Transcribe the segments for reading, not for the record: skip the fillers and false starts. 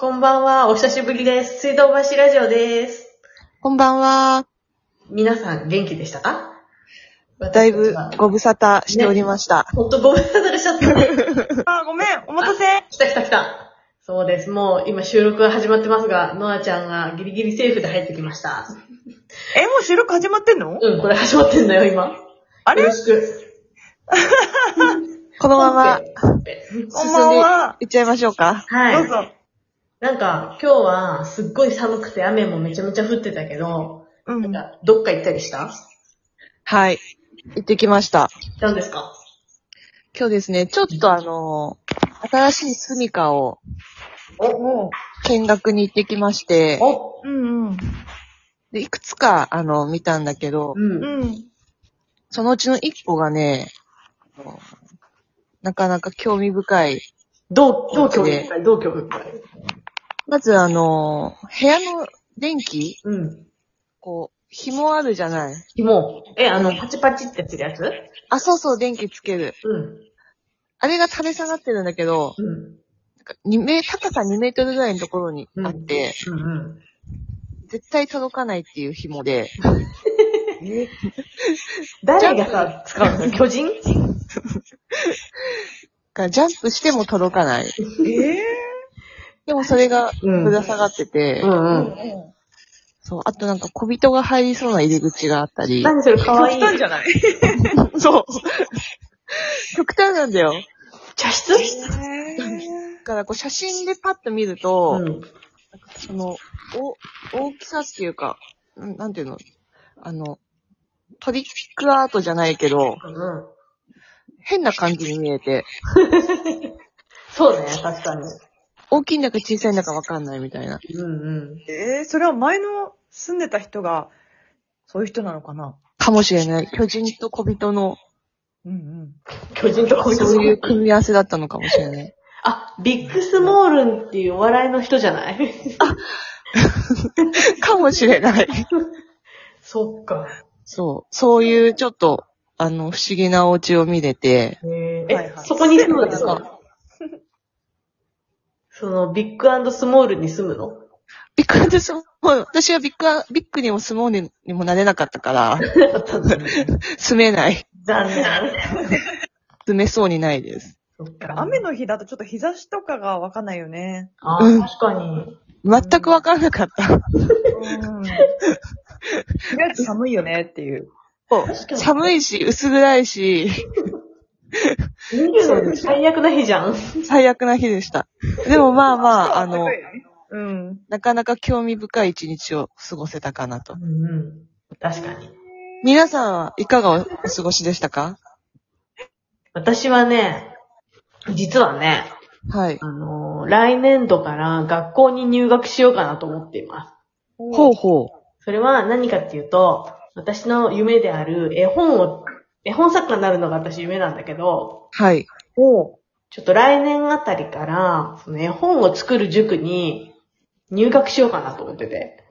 こんばんは、お久しぶりです。水道橋ラジオです。 こんばんは。 皆さん元気でしたか？ だいぶご無沙汰しておりました。 ほんとご無沙汰しちゃった。 あ、ごめん、お待たせ。 来た。そうです。もう今収録が始まってますが、ノアちゃんがギリギリセーフで入ってきました。 もう収録始まってんの？ これ始まってんだよ、今。 あれ？ よろしく。 このまま、 こんばんは。 いっちゃいましょうか。 はい。 どうぞ。 なんか、今日はすっごい寒くて雨もめちゃめちゃ降ってたけど、なんか、どっか行ったりした？ はい。行ってきました。 何ですか？ 今日ですね、ちょっと新しい住処を見学に行ってきまして、で、いくつか、見たんだけど、そのうちの一個がね、なかなか興味深い。 どう興味深い？ まず部屋の電気？こう、紐あるじゃない。 紐？パチパチってするやつ？ あ、そうそう、電気つける。あれが垂れ下がってるんだけど、なんか高さ2メートルぐらいのところにあって、絶対届かないっていう紐で。 誰がさ、使うの？巨人？ ジャンプしても届かない。でもそれがぶら下がってて、そう、あとなんか小人が入りそうな入り口があったり。 何それかわいい。 極端じゃない？ そう。極端なんだよ。 茶室？ だからこう写真でパッと見ると、その、大きさっていうか、なんていうの、トリックアートじゃないけど、変な感じに見えて。 そうね、確かに。 大きいんだか小さいんだかわかんないみたいな。 それは前の住んでた人が、そういう人なのかな？ かもしれない。巨人と小人の、 巨人と小人そういう組み合わせだったのかもしれない。 あ、ビッグスモールンっていうお笑いの人じゃない？ かもしれない。 そっか。 そういうちょっと、不思議なお家を見れて。 そこに住むんですか？その、ビッグ&スモールに住むの？ ビッグ&スモール、私はビッグにもスモールにもなれなかったから、住めない。 残念。 住めそうにないです。 雨の日だとちょっと日差しとかがわかんないよね。 確かに。 全くわかんなかった。 とりあえず寒いよねっていう。 寒いし、薄暗いし。 最悪な日じゃん。 最悪な日でした。でもまあ、なかなか興味深い一日を過ごせたかなと。 確かに。 皆さんはいかがお過ごしでしたか？ 私はね、実はね、 はい。 来年度から学校に入学しようかなと思っています。 ほうほう。 それは何かっていうと、私の夢である絵本作家になるのが私夢なんだけど、 はい。 ちょっと来年あたりから、その絵本を作る塾に入学しようかなと思ってて。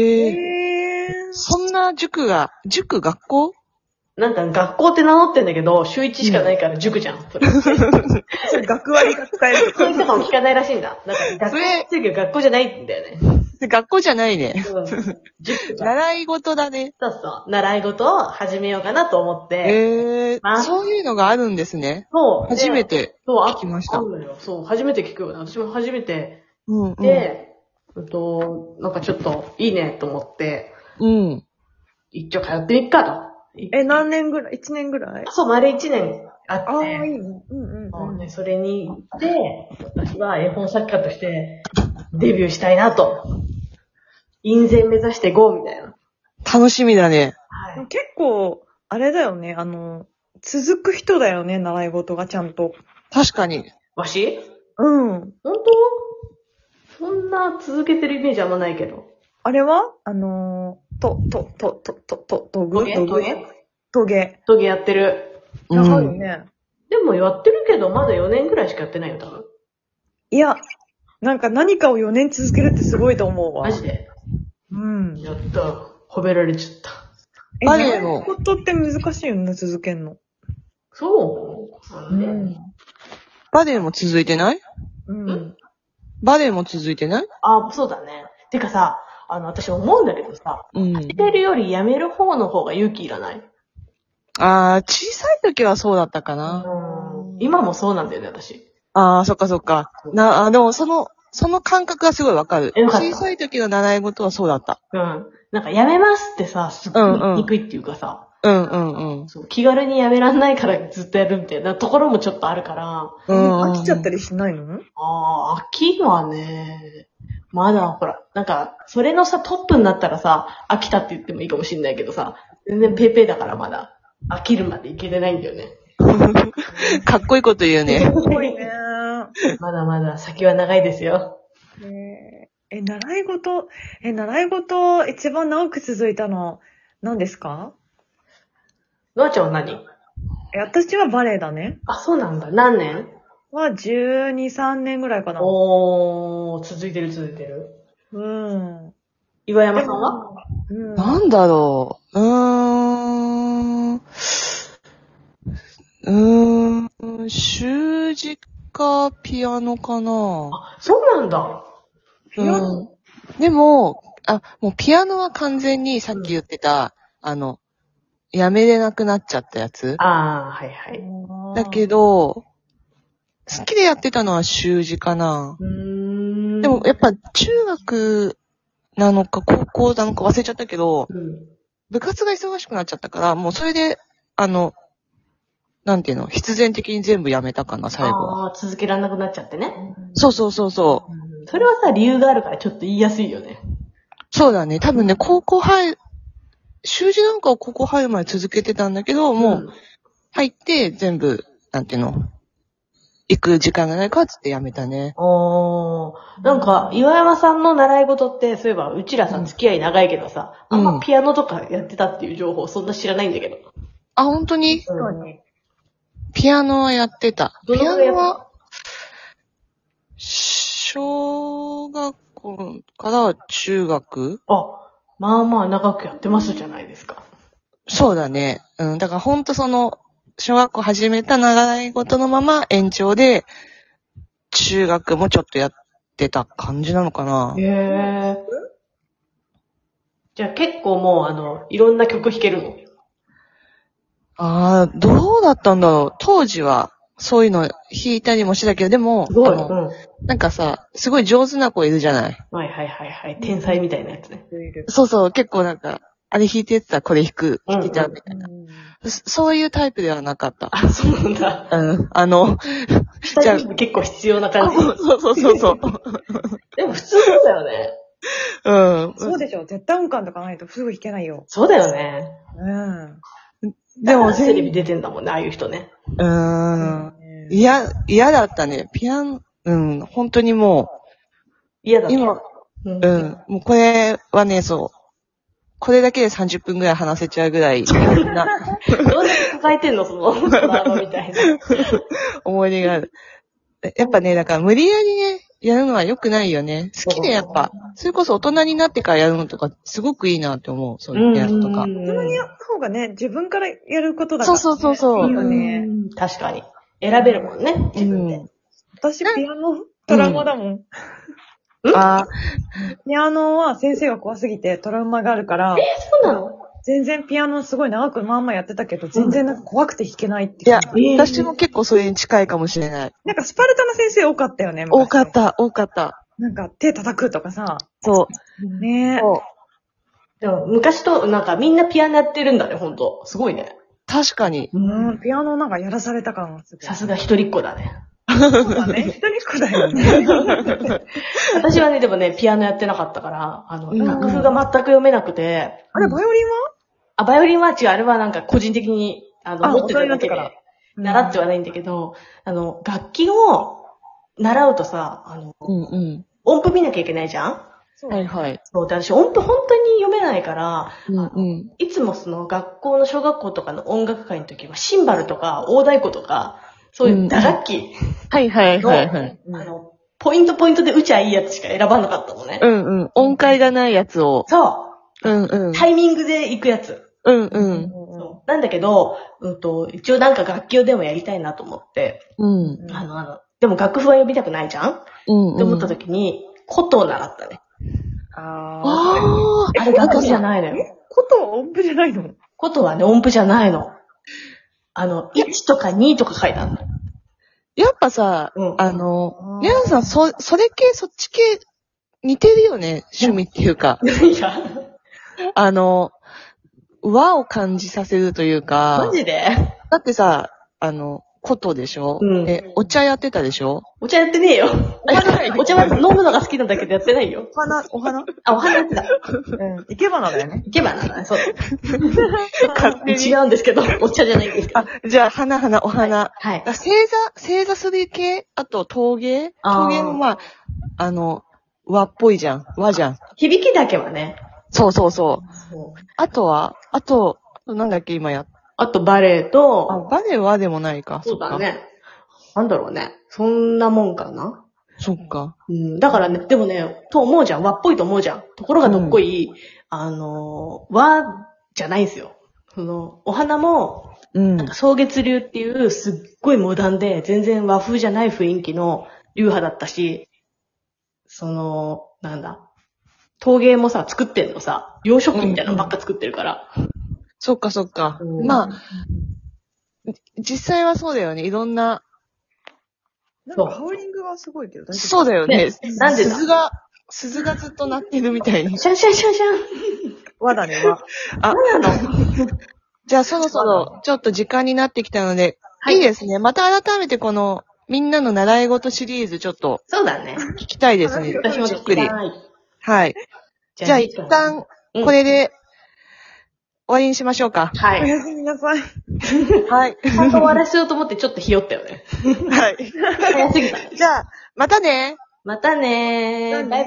そんな学校？ なんか学校って名乗ってんだけど、週1しかないから塾じゃん。それ学割が使えるとか。 そういうとこも聞かないらしいんだ。なんか学校じゃないんだよね。 学校じゃないね。 塾じゃん。 習い事だね。 そう。習い事を始めようかなと思って。 そういうのがあるんですね。 そう。 初めて聞きました。 そう、初めて聞くよね。私も初めて。で、なんかちょっといいねと思って。一応通ってみっかと。 何年ぐらい？ 1 年ぐらい？ そう、丸1年あって。 いいね。 それに行って、私は絵本作家としてデビューしたいなと。印税目指して GO みたいな。 楽しみだね。 結構、あれだよね。続く人だよね、習い事がちゃんと。 確かに。 わし？ 本当？そんな続けてるイメージあんまないけど。 あれはトゲやってる。 長いよね。 でもやってるけど、まだ4年ぐらいしかやってないよ、多分。 いや、なんか何かを4年続けるってすごいと思うわ。 マジで？やった。褒められちゃった。 バレエのことって難しいよね、続けんの。 そう？ バレエも続いてない？ バレエも続いてない？ あ、そうだね。てかさ、私思うんだけどさ、始めるよりやめる方の方が勇気いらない？ 小さい時はそうだったかな。 今もそうなんだよね、私。 そっかそっか。でもその感覚がすごいわかる。小さい時の習い事はそうだった。 なんかやめますってさ、すっごい言いにくいっていうかさ。そう、気軽にやめらんないからずっとやるみたいなところもちょっとあるから。 飽きちゃったりしないの？ 飽きはね、まだほら、なんか、それのさ、トップになったらさ、飽きたって言ってもいいかもしんないけどさ、全然ペーペーだからまだ、飽きるまでいけてないんだよね。 かっこいいこと言うね。 かっこいいね。 まだまだ先は長いですよ。 習い事一番長く続いたの何ですか？ のあちゃんは何？ 私はバレエだね。 あ、そうなんだ。何年？ は12、3年ぐらいかな。 続いてる。岩山さんは？ なんだろう。習字かピアノかな。 あ、そうなんだ。 でも、もうピアノは完全にさっき言ってた、やめれなくなっちゃったやつ。 はいはい。 だけど、好きでやってたのは習字かな。でもやっぱ中学なのか高校なのか忘れちゃったけど、部活が忙しくなっちゃったから、もうそれで、なんていうの、必然的に全部やめたかな、最後は。 続けられなくなっちゃってね。 そう。それはさ、理由があるからちょっと言いやすいよね。 そうだね。多分ね、習字なんかを高校入る前続けてたんだけど、もう、入って全部、なんていうの、行く時間がないからつってやめたね。 なんか、岩山さんの習い事って、そういえば、うちらさ、付き合い長いけどさ、あんまピアノとかやってたっていう情報そんな知らないんだけど。 あ、本当に？ピアノはやってた。ピアノは、小学校から中学？ まあまあ長くやってますじゃないですか。 そうだね。だからほんと小学校始めた習い事のまま延長で、中学もちょっとやってた感じなのかな。 じゃあ結構もういろんな曲弾けるの？ どうだったんだろう。当時は、そういうの弾いたりもしてたけど、でも、なんかさ、すごい上手な子いるじゃない。 はい。天才みたいなやつね。 そう、結構なんか、あれ弾いてたらこれ弾けちゃうみたいな。そういうタイプではなかった。 あ、そうなんだ。じゃあ結構必要な感じ。 そう。 でも普通そうだよね。 そうでしょ。絶対音感とかないとすぐ弾けないよ。 そうだよね。でもテレビ出てんだもんね、ああいう人ね。 嫌だったね。ピアノ、本当にもう。 嫌だった。 今、もうこれはね、これだけで30分ぐらい話せちゃうぐらい。 どんだけ抱えてんの、そのドラマみたいな。 思い出がある。やっぱね、だから無理やりね、やるのは良くないよね。好きでやっぱ、それこそ大人になってからやるのとか、すごくいいなって思う。そういうやつとか。 大人にやった方がね、自分からやることだから、ね。 そう。 いいよね。 確かに。選べるもんね、自分で。 私、ピアノトラウマだもん。ピアノは先生が怖すぎてトラウマがあるから。 そうなの？ 全然ピアノすごい長くまんまやってたけど、全然なんか怖くて弾けないって。 いや、私も結構それに近いかもしれない。 なんかスパルタな先生多かったよね。 多かった。 なんか手叩くとかさ。 そう。 ねえ。 でも昔となんかみんなピアノやってるんだね、ほんと。すごいね。 確かに。 ピアノなんかやらされた感がすごい。 さすが一人っ子だね。 そうだね。一人っ子だよね。 私はね、でもね、ピアノやってなかったから、楽譜が全く読めなくて。 あれ、バイオリンは？ バイオリンは違う、あれはなんか個人的に、持ってただけで、習ってはないんだけど、楽器を習うとさ、音符見なきゃいけないじゃん？ はい。 そう、で、私音符本当に読めないから、いつもその学校の小学校とかの音楽会の時は、シンバルとか大太鼓とか、そういう打楽器。 はい。 ポイントで打ちゃいいやつしか選ばなかったのね。 音階がないやつを。 そう。タイミングで行くやつ。そうなんだけど、一応なんか楽器をでもやりたいなと思って、 でも楽譜は呼びたくないじゃんうん、 って思った時に、琴を習ったね。 ああれ楽譜じゃないのよ。 琴は音符じゃないの？ 琴はね、音符じゃないの。1とか2とか書いてあるの。 やっぱさ、 うんレアンさん、そっち系、似てるよね、趣味っていうか。 いや、 和を感じさせるというか。 マジで？ だってさ、琴でしょ？お茶やってたでしょ？ お茶やってねえよ。お茶は飲むのが好きなんだけどやってないよ。 お花お花やってた。 生け花だよね。 生け花だね、そうだ。 勝手に。 違うんですけど、お茶じゃないんですけど。 じゃあ、お花。 はい。 正座する系？あと、陶芸もまあ、和っぽいじゃん。和じゃん。 響きだけはね。 そう。あと、なんだっけ、今あとバレエと、 バレエはでもないか。 そうだね。なんだろうね。そんなもんかな。 そっか。 だからね、でもね、と思うじゃん。和っぽいと思うじゃん。ところがどっこい、和じゃないんですよ。お花も、草月流っていうすっごいモダンで、全然和風じゃない雰囲気の流派だったし、なんだ。陶芸もさ、作ってんのさ、洋食器みたいなのばっか作ってるから。 そっか。まあ、実際はそうだよね。いろんな。 なんかハウリングはすごいけど大丈夫？ そうだよね。 なんで鈴がずっと鳴ってるみたいに。 シャンシャンシャンシャン。 和だね、和。 じゃあそろそろちょっと時間になってきたので、いいですね。また改めてこの、みんなの習い事シリーズちょっと。 そうだね。 聞きたいですね。 私もじっくり。はい。じゃあ一旦、これで、終わりにしましょうか。 はい。 おやすみなさい。 はい。 ちゃんと終わらせようと思ってちょっとひよったよね。 はい。 早すぎた。 じゃあ、またね。 またねー。バイバイ。